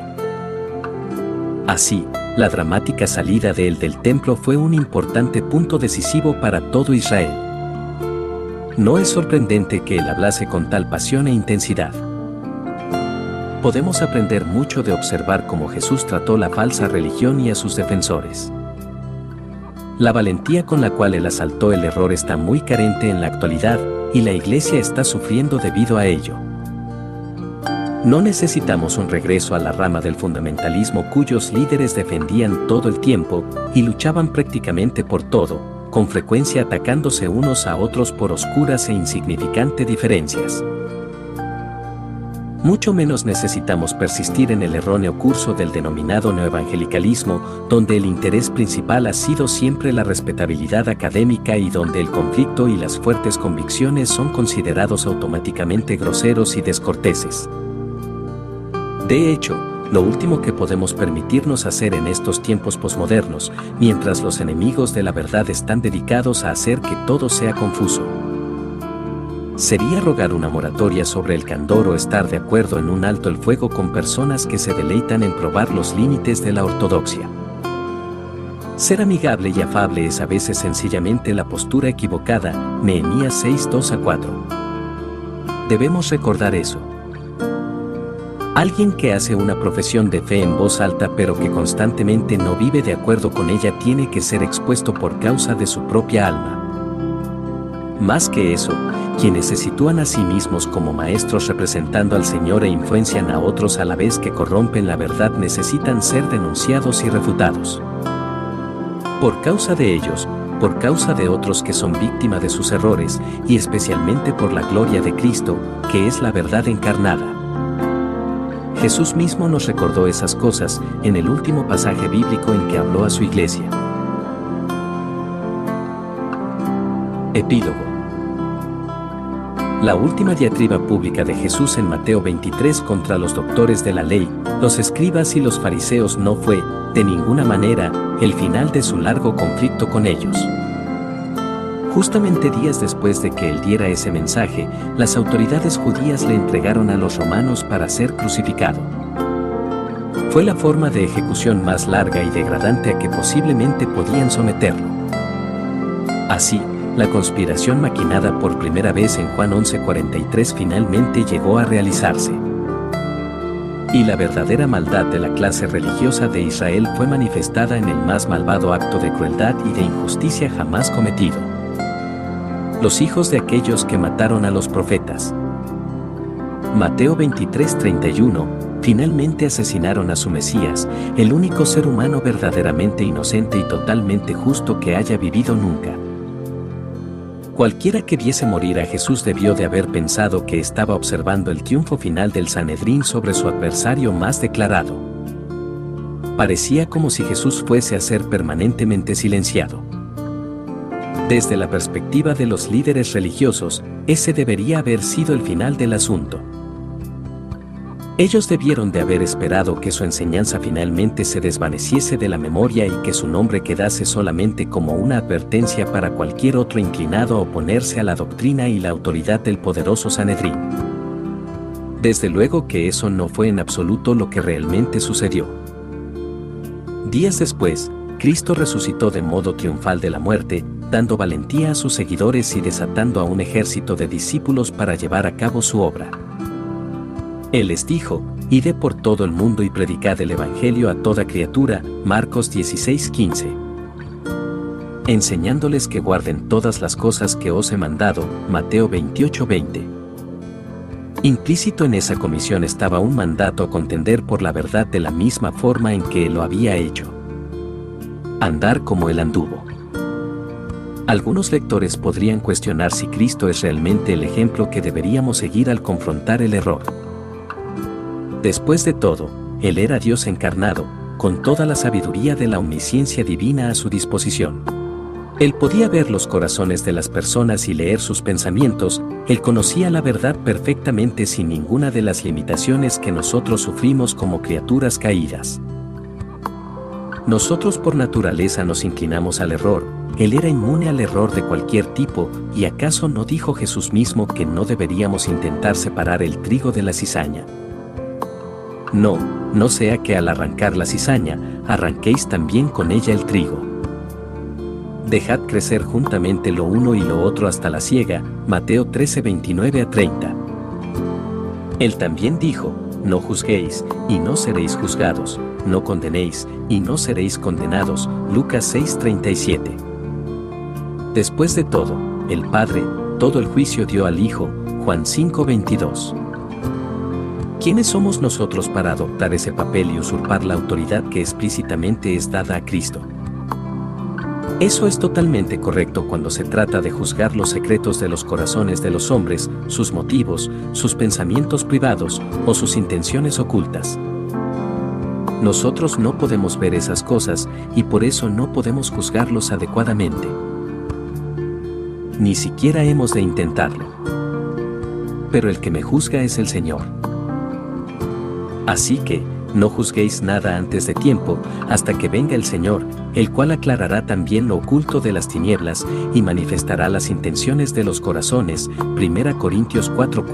Así, la dramática salida de él del templo fue un importante punto decisivo para todo Israel. No es sorprendente que él hablase con tal pasión e intensidad. Podemos aprender mucho de observar cómo Jesús trató la falsa religión y a sus defensores. La valentía con la cual él asaltó el error está muy carente en la actualidad, y la Iglesia está sufriendo debido a ello. No necesitamos un regreso a la rama del fundamentalismo cuyos líderes defendían todo el tiempo, y luchaban prácticamente por todo, con frecuencia atacándose unos a otros por oscuras e insignificantes diferencias. Mucho menos necesitamos persistir en el erróneo curso del denominado neoevangelicalismo, donde el interés principal ha sido siempre la respetabilidad académica y donde el conflicto y las fuertes convicciones son considerados automáticamente groseros y descorteses. De hecho, lo último que podemos permitirnos hacer en estos tiempos posmodernos, mientras los enemigos de la verdad están dedicados a hacer que todo sea confuso, sería rogar una moratoria sobre el candor o estar de acuerdo en un alto el fuego con personas que se deleitan en probar los límites de la ortodoxia. Ser amigable y afable es a veces sencillamente la postura equivocada, Nehemías 6, 2-4. Debemos recordar eso. Alguien que hace una profesión de fe en voz alta pero que constantemente no vive de acuerdo con ella tiene que ser expuesto por causa de su propia alma. Más que eso, quienes se sitúan a sí mismos como maestros representando al Señor e influencian a otros a la vez que corrompen la verdad necesitan ser denunciados y refutados. Por causa de ellos, por causa de otros que son víctimas de sus errores, y especialmente por la gloria de Cristo, que es la verdad encarnada. Jesús mismo nos recordó esas cosas en el último pasaje bíblico en que habló a su iglesia. Epílogo. La última diatriba pública de Jesús en Mateo 23 contra los doctores de la ley, los escribas y los fariseos no fue, de ninguna manera, el final de su largo conflicto con ellos. Justamente días después de que él diera ese mensaje, las autoridades judías le entregaron a los romanos para ser crucificado. Fue la forma de ejecución más larga y degradante a que posiblemente podían someterlo. Así, la conspiración maquinada por primera vez en Juan 11:43 finalmente llegó a realizarse. Y la verdadera maldad de la clase religiosa de Israel fue manifestada en el más malvado acto de crueldad y de injusticia jamás cometido. Los hijos de aquellos que mataron a los profetas. Mateo 23:31, finalmente asesinaron a su Mesías, el único ser humano verdaderamente inocente y totalmente justo que haya vivido nunca. Cualquiera que viese morir a Jesús debió de haber pensado que estaba observando el triunfo final del Sanedrín sobre su adversario más declarado. Parecía como si Jesús fuese a ser permanentemente silenciado. Desde la perspectiva de los líderes religiosos, ese debería haber sido el final del asunto. Ellos debieron de haber esperado que su enseñanza finalmente se desvaneciese de la memoria y que su nombre quedase solamente como una advertencia para cualquier otro inclinado a oponerse a la doctrina y la autoridad del poderoso Sanedrín. Desde luego que eso no fue en absoluto lo que realmente sucedió. Días después, Cristo resucitó de modo triunfal de la muerte, dando valentía a sus seguidores y desatando a un ejército de discípulos para llevar a cabo su obra. Él les dijo: «Id por todo el mundo y predicad el Evangelio a toda criatura», Marcos 16:15. Enseñándoles que guarden todas las cosas que os he mandado, Mateo 28:20. Implícito en esa comisión estaba un mandato a contender por la verdad de la misma forma en que él lo había hecho. Andar como él anduvo. Algunos lectores podrían cuestionar si Cristo es realmente el ejemplo que deberíamos seguir al confrontar el error. Después de todo, él era Dios encarnado, con toda la sabiduría de la omnisciencia divina a su disposición. Él podía ver los corazones de las personas y leer sus pensamientos, él conocía la verdad perfectamente sin ninguna de las limitaciones que nosotros sufrimos como criaturas caídas. Nosotros por naturaleza nos inclinamos al error, él era inmune al error de cualquier tipo, ¿y acaso no dijo Jesús mismo que no deberíamos intentar separar el trigo de la cizaña? No, no sea que al arrancar la cizaña, arranquéis también con ella el trigo. Dejad crecer juntamente lo uno y lo otro hasta la siega, Mateo 13:29-30. Él también dijo: no juzguéis, y no seréis juzgados, no condenéis, y no seréis condenados, Lucas 6:37. Después de todo, el Padre, todo el juicio dio al Hijo, Juan 5:22. ¿Quiénes somos nosotros para adoptar ese papel y usurpar la autoridad que explícitamente es dada a Cristo? Eso es totalmente correcto cuando se trata de juzgar los secretos de los corazones de los hombres, sus motivos, sus pensamientos privados o sus intenciones ocultas. Nosotros no podemos ver esas cosas y por eso no podemos juzgarlos adecuadamente. Ni siquiera hemos de intentarlo. Pero el que me juzga es el Señor. Así que, no juzguéis nada antes de tiempo, hasta que venga el Señor, el cual aclarará también lo oculto de las tinieblas, y manifestará las intenciones de los corazones, 1 Corintios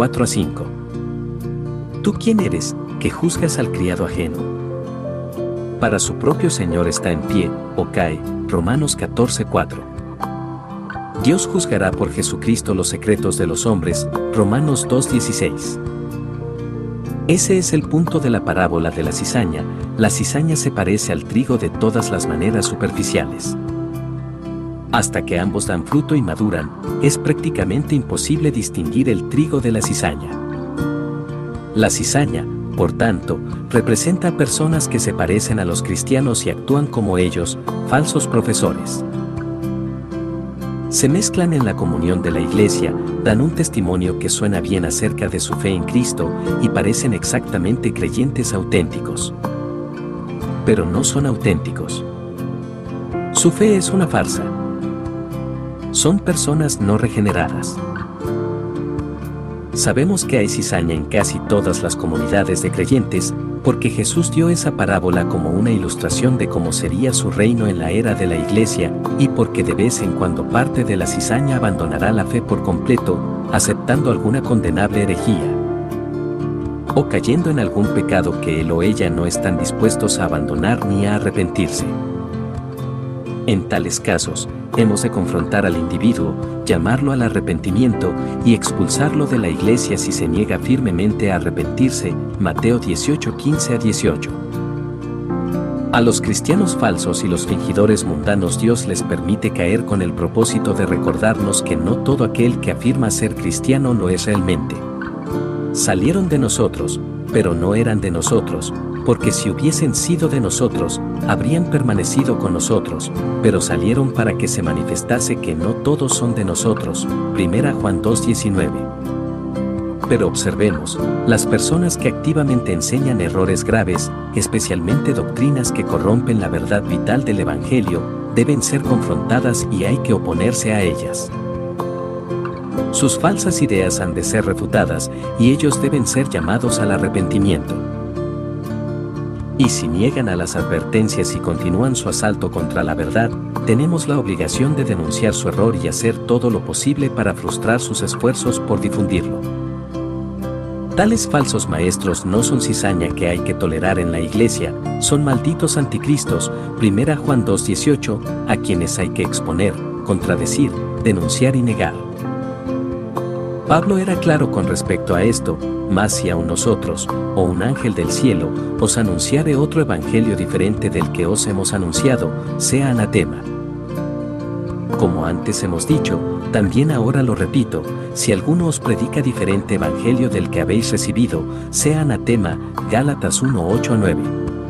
4:4-5. ¿Tú quién eres, que juzgas al criado ajeno? para su propio Señor está en pie, o cae. Romanos 14:4. Dios juzgará por Jesucristo los secretos de los hombres. Romanos 2:16. Ese es el punto de la parábola de la cizaña. La cizaña se parece al trigo de todas las maneras superficiales. Hasta que ambos dan fruto y maduran, es prácticamente imposible distinguir el trigo de la cizaña. La cizaña, por tanto, representa a personas que se parecen a los cristianos y actúan como ellos, falsos profesores. Se mezclan en la comunión de la iglesia, dan un testimonio que suena bien acerca de su fe en Cristo y parecen exactamente creyentes auténticos. Pero no son auténticos. Su fe es una farsa. Son personas no regeneradas. Sabemos que hay cizaña en casi todas las comunidades de creyentes, porque Jesús dio esa parábola como una ilustración de cómo sería su reino en la era de la iglesia, y porque de vez en cuando parte de la cizaña abandonará la fe por completo, aceptando alguna condenable herejía, o cayendo en algún pecado que él o ella no están dispuestos a abandonar ni a arrepentirse. En tales casos, hemos de confrontar al individuo, llamarlo al arrepentimiento y expulsarlo de la iglesia si se niega firmemente a arrepentirse. Mateo 18:15-18. A los cristianos falsos y los fingidores mundanos Dios les permite caer con el propósito de recordarnos que no todo aquel que afirma ser cristiano lo es realmente. Salieron de nosotros, pero no eran de nosotros, porque si hubiesen sido de nosotros, habrían permanecido con nosotros, pero salieron para que se manifestase que no todos son de nosotros. 1 Juan 2:19. Pero observemos, las personas que activamente enseñan errores graves, especialmente doctrinas que corrompen la verdad vital del Evangelio, deben ser confrontadas y hay que oponerse a ellas. Sus falsas ideas han de ser refutadas y ellos deben ser llamados al arrepentimiento. Y si niegan a las advertencias y continúan su asalto contra la verdad, tenemos la obligación de denunciar su error y hacer todo lo posible para frustrar sus esfuerzos por difundirlo. Tales falsos maestros no son cizaña que hay que tolerar en la iglesia, son malditos anticristos. 1 Juan 2:18, a quienes hay que exponer, contradecir, denunciar y negar. Pablo era claro con respecto a esto: mas si aun nosotros, o un ángel del cielo, os anunciare otro evangelio diferente del que os hemos anunciado, sea anatema. Como antes hemos dicho, también ahora lo repito, si alguno os predica diferente evangelio del que habéis recibido, sea anatema. Gálatas 1:8-9.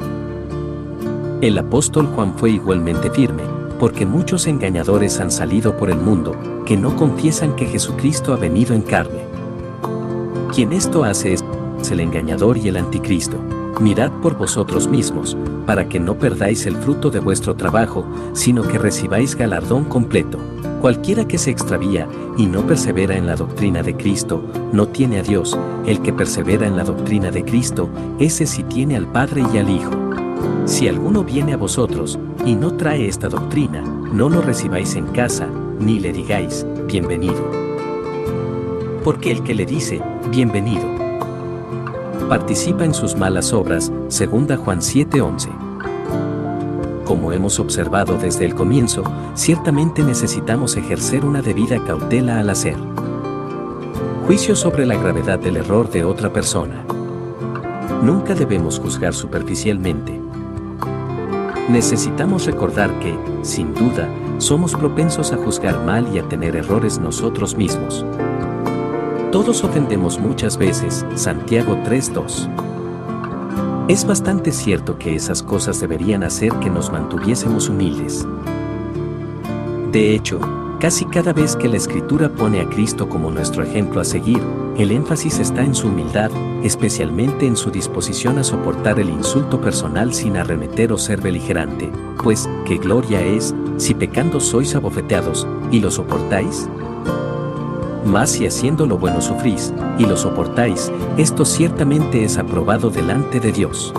El apóstol Juan fue igualmente firme, porque muchos engañadores han salido por el mundo, que no confiesan que Jesucristo ha venido en carne. Quien esto hace es el engañador y el anticristo. Mirad por vosotros mismos, para que no perdáis el fruto de vuestro trabajo, sino que recibáis galardón completo. Cualquiera que se extravía y no persevera en la doctrina de Cristo, no tiene a Dios. El que persevera en la doctrina de Cristo, ese sí tiene al Padre y al Hijo. Si alguno viene a vosotros, y no trae esta doctrina, no lo recibáis en casa, ni le digáis, bienvenido. Porque el que le dice, bienvenido, participa en sus malas obras. 2 Juan 7:11. Como hemos observado desde el comienzo, ciertamente necesitamos ejercer una debida cautela al hacer juicio sobre la gravedad del error de otra persona. Nunca debemos juzgar superficialmente. Necesitamos recordar que, sin duda, somos propensos a juzgar mal y a tener errores nosotros mismos. Todos ofendemos muchas veces. Santiago 3:2. Es bastante cierto que esas cosas deberían hacer que nos mantuviésemos humildes. De hecho, casi cada vez que la Escritura pone a Cristo como nuestro ejemplo a seguir, el énfasis está en su humildad, especialmente en su disposición a soportar el insulto personal sin arremeter o ser beligerante, pues, ¿qué gloria es, si pecando sois abofeteados, y lo soportáis? Mas si haciendo lo bueno sufrís, y lo soportáis, esto ciertamente es aprobado delante de Dios.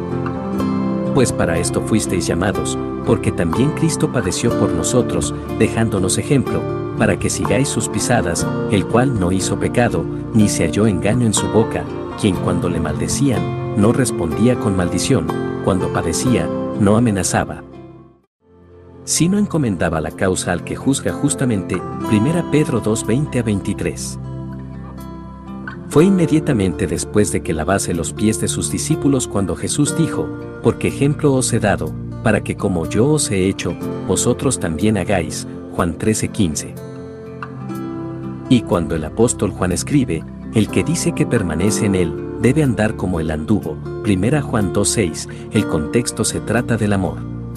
Pues para esto fuisteis llamados, porque también Cristo padeció por nosotros, dejándonos ejemplo, para que sigáis sus pisadas, el cual no hizo pecado, ni se halló engaño en su boca, quien cuando le maldecían, no respondía con maldición, cuando padecía, no amenazaba, sino encomendaba la causa al que juzga justamente. 1 Pedro 2, 20-23. Fue inmediatamente después de que lavase los pies de sus discípulos cuando Jesús dijo: porque ejemplo os he dado, para que como yo os he hecho, vosotros también hagáis. Juan 13:15. Y cuando el apóstol Juan escribe: el que dice que permanece en él, debe andar como él anduvo. 1 Juan 2:6, el contexto se trata del amor.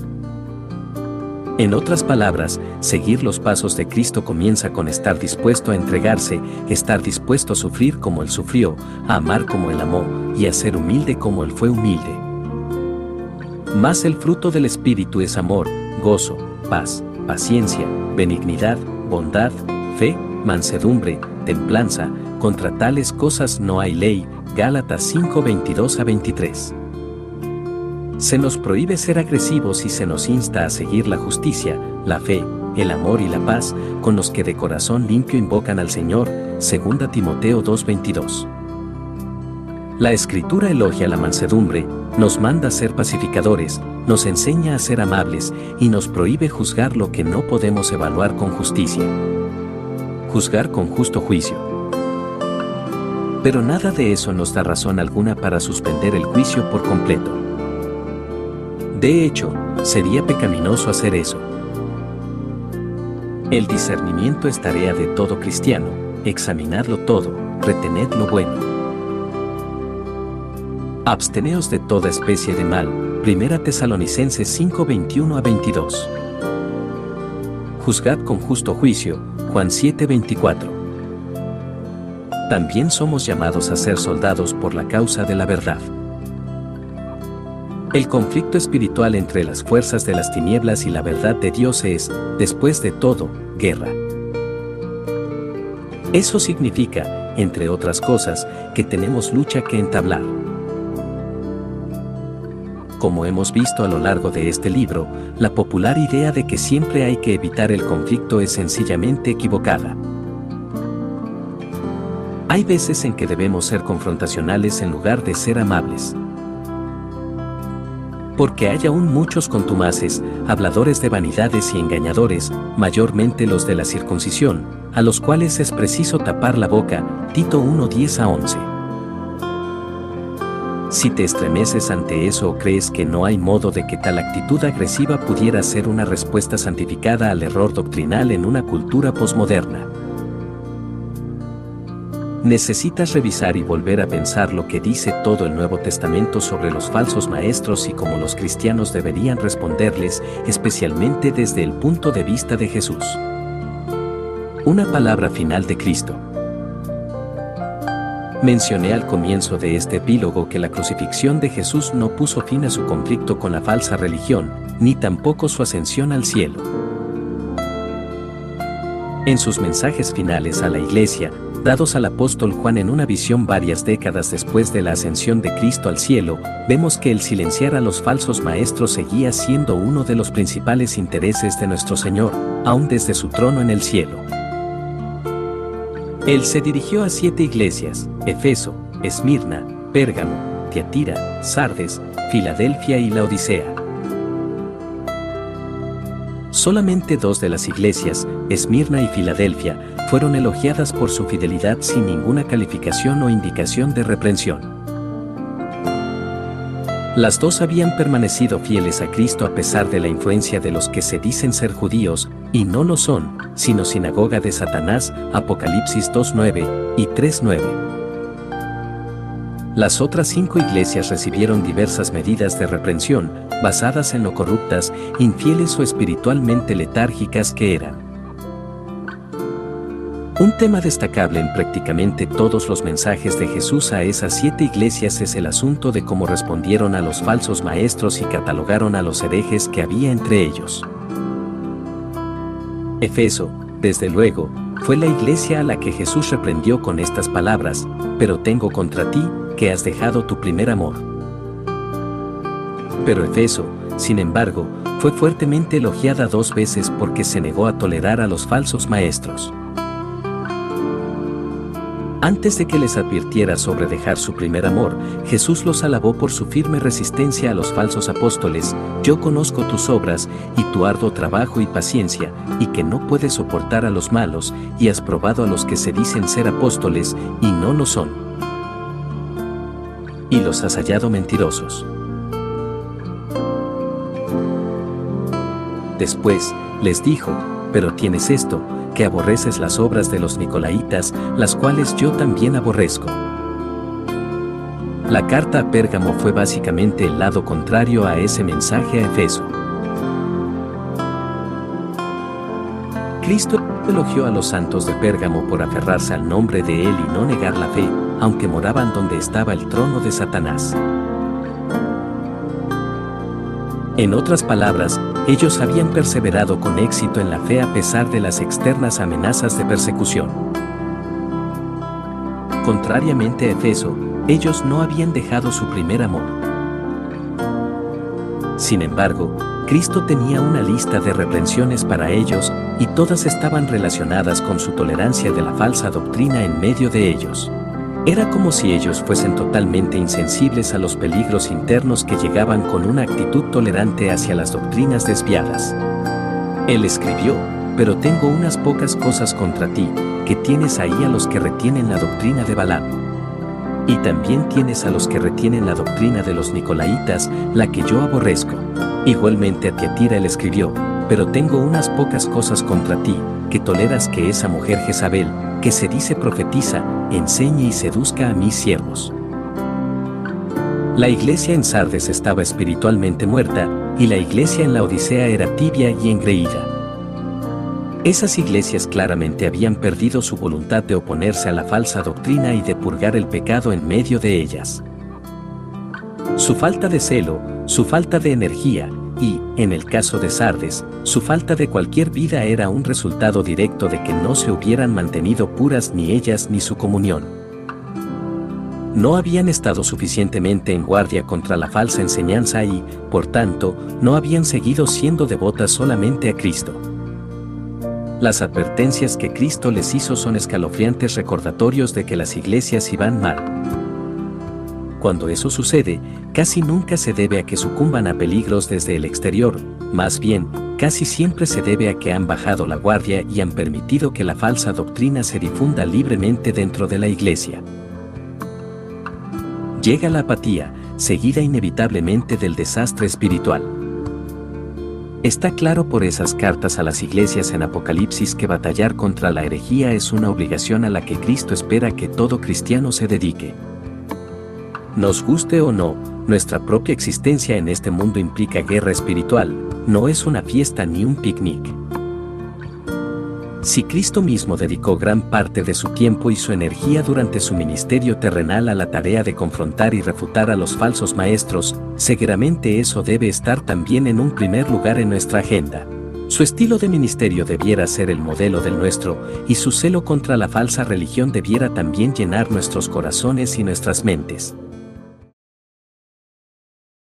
En otras palabras, seguir los pasos de Cristo comienza con estar dispuesto a entregarse, estar dispuesto a sufrir como Él sufrió, a amar como Él amó, y a ser humilde como Él fue humilde. Mas el fruto del Espíritu es amor, gozo, paz, paciencia, benignidad, bondad, fe, mansedumbre, templanza. Contra tales cosas no hay ley. Gálatas 5, 22-23. Se nos prohíbe ser agresivos y se nos insta a seguir la justicia, la fe, el amor y la paz, con los que de corazón limpio invocan al Señor. 2 Timoteo 2:22. La Escritura elogia la mansedumbre, nos manda a ser pacificadores, nos enseña a ser amables y nos prohíbe juzgar lo que no podemos evaluar con justicia. Juzgar con justo juicio. Pero nada de eso nos da razón alguna para suspender el juicio por completo. De hecho, sería pecaminoso hacer eso. El discernimiento es tarea de todo cristiano, examinadlo todo, retened lo bueno. Absteneos de toda especie de mal. 1 Tesalonicenses 5, 21-22. Juzgad con justo juicio. Juan 7, 24. También somos llamados a ser soldados por la causa de la verdad. El conflicto espiritual entre las fuerzas de las tinieblas y la verdad de Dios es, después de todo, guerra. Eso significa, entre otras cosas, que tenemos lucha que entablar. Como hemos visto a lo largo de este libro, la popular idea de que siempre hay que evitar el conflicto es sencillamente equivocada. Hay veces en que debemos ser confrontacionales en lugar de ser amables. Porque hay aún muchos contumaces, habladores de vanidades y engañadores, mayormente los de la circuncisión, a los cuales es preciso tapar la boca. Tito 1, 10-11. Si te estremeces ante eso o crees que no hay modo de que tal actitud agresiva pudiera ser una respuesta santificada al error doctrinal en una cultura posmoderna, necesitas revisar y volver a pensar lo que dice todo el Nuevo Testamento sobre los falsos maestros y cómo los cristianos deberían responderles, especialmente desde el punto de vista de Jesús. Una palabra final de Cristo. Mencioné al comienzo de este epílogo que la crucifixión de Jesús no puso fin a su conflicto con la falsa religión, ni tampoco su ascensión al cielo. En sus mensajes finales a la Iglesia, dados al apóstol Juan en una visión varias décadas después de la ascensión de Cristo al cielo, vemos que el silenciar a los falsos maestros seguía siendo uno de los principales intereses de nuestro Señor, aún desde su trono en el cielo. Él se dirigió a 7 iglesias: Efeso, Esmirna, Pérgamo, Tiatira, Sardes, Filadelfia y Laodicea. Solamente 2 de las iglesias, Esmirna y Filadelfia, fueron elogiadas por su fidelidad sin ninguna calificación o indicación de reprensión. Las 2 habían permanecido fieles a Cristo a pesar de la influencia de los que se dicen ser judíos, y no lo son, sino sinagoga de Satanás. Apocalipsis 2:9 y 3:9. Las otras 5 iglesias recibieron diversas medidas de reprensión, basadas en lo corruptas, infieles o espiritualmente letárgicas que eran. Un tema destacable en prácticamente todos los mensajes de Jesús a esas 7 iglesias es el asunto de cómo respondieron a los falsos maestros y catalogaron a los herejes que había entre ellos. Efeso, desde luego, fue la iglesia a la que Jesús reprendió con estas palabras: pero tengo contra ti, que has dejado tu primer amor. Pero Efeso, sin embargo, fue fuertemente elogiada 2 veces porque se negó a tolerar a los falsos maestros. Antes de que les advirtiera sobre dejar su primer amor, Jesús los alabó por su firme resistencia a los falsos apóstoles. Yo conozco tus obras, y tu arduo trabajo y paciencia, y que no puedes soportar a los malos, y has probado a los que se dicen ser apóstoles, y no lo son. Y los has hallado mentirosos. Después, les dijo, pero tienes esto, que aborreces las obras de los Nicolaitas, las cuales yo también aborrezco. La carta a Pérgamo fue básicamente el lado contrario a ese mensaje a Efeso. Cristo elogió a los santos de Pérgamo por aferrarse al nombre de Él y no negar la fe, aunque moraban donde estaba el trono de Satanás. En otras palabras, ellos habían perseverado con éxito en la fe a pesar de las externas amenazas de persecución. Contrariamente a Efeso, ellos no habían dejado su primer amor. Sin embargo, Cristo tenía una lista de reprensiones para ellos, y todas estaban relacionadas con su tolerancia de la falsa doctrina en medio de ellos. Era como si ellos fuesen totalmente insensibles a los peligros internos que llegaban con una actitud tolerante hacia las doctrinas desviadas. Él escribió, pero tengo unas pocas cosas contra ti, que tienes ahí a los que retienen la doctrina de Balaam. Y también tienes a los que retienen la doctrina de los Nicolaitas, la que yo aborrezco. Igualmente a Tiatira él escribió, pero tengo unas pocas cosas contra ti, que toleras que esa mujer Jezabel, que se dice profetiza, enseñe y seduzca a mis siervos. La iglesia en Sardes estaba espiritualmente muerta, y la iglesia en la Odisea era tibia y engreída. Esas iglesias claramente habían perdido su voluntad de oponerse a la falsa doctrina y de purgar el pecado en medio de ellas. Su falta de celo, su falta de energía, y, en el caso de Sardes, su falta de cualquier vida era un resultado directo de que no se hubieran mantenido puras ni ellas ni su comunión. No habían estado suficientemente en guardia contra la falsa enseñanza y, por tanto, no habían seguido siendo devotas solamente a Cristo. Las advertencias que Cristo les hizo son escalofriantes recordatorios de que las iglesias iban mal. Cuando eso sucede, casi nunca se debe a que sucumban a peligros desde el exterior, más bien, casi siempre se debe a que han bajado la guardia y han permitido que la falsa doctrina se difunda libremente dentro de la iglesia. Llega la apatía, seguida inevitablemente del desastre espiritual. Está claro por esas cartas a las iglesias en Apocalipsis que batallar contra la herejía es una obligación a la que Cristo espera que todo cristiano se dedique. Nos guste o no, nuestra propia existencia en este mundo implica guerra espiritual, no es una fiesta ni un picnic. Si Cristo mismo dedicó gran parte de su tiempo y su energía durante su ministerio terrenal a la tarea de confrontar y refutar a los falsos maestros, seguramente eso debe estar también en un primer lugar en nuestra agenda. Su estilo de ministerio debiera ser el modelo del nuestro, y su celo contra la falsa religión debiera también llenar nuestros corazones y nuestras mentes.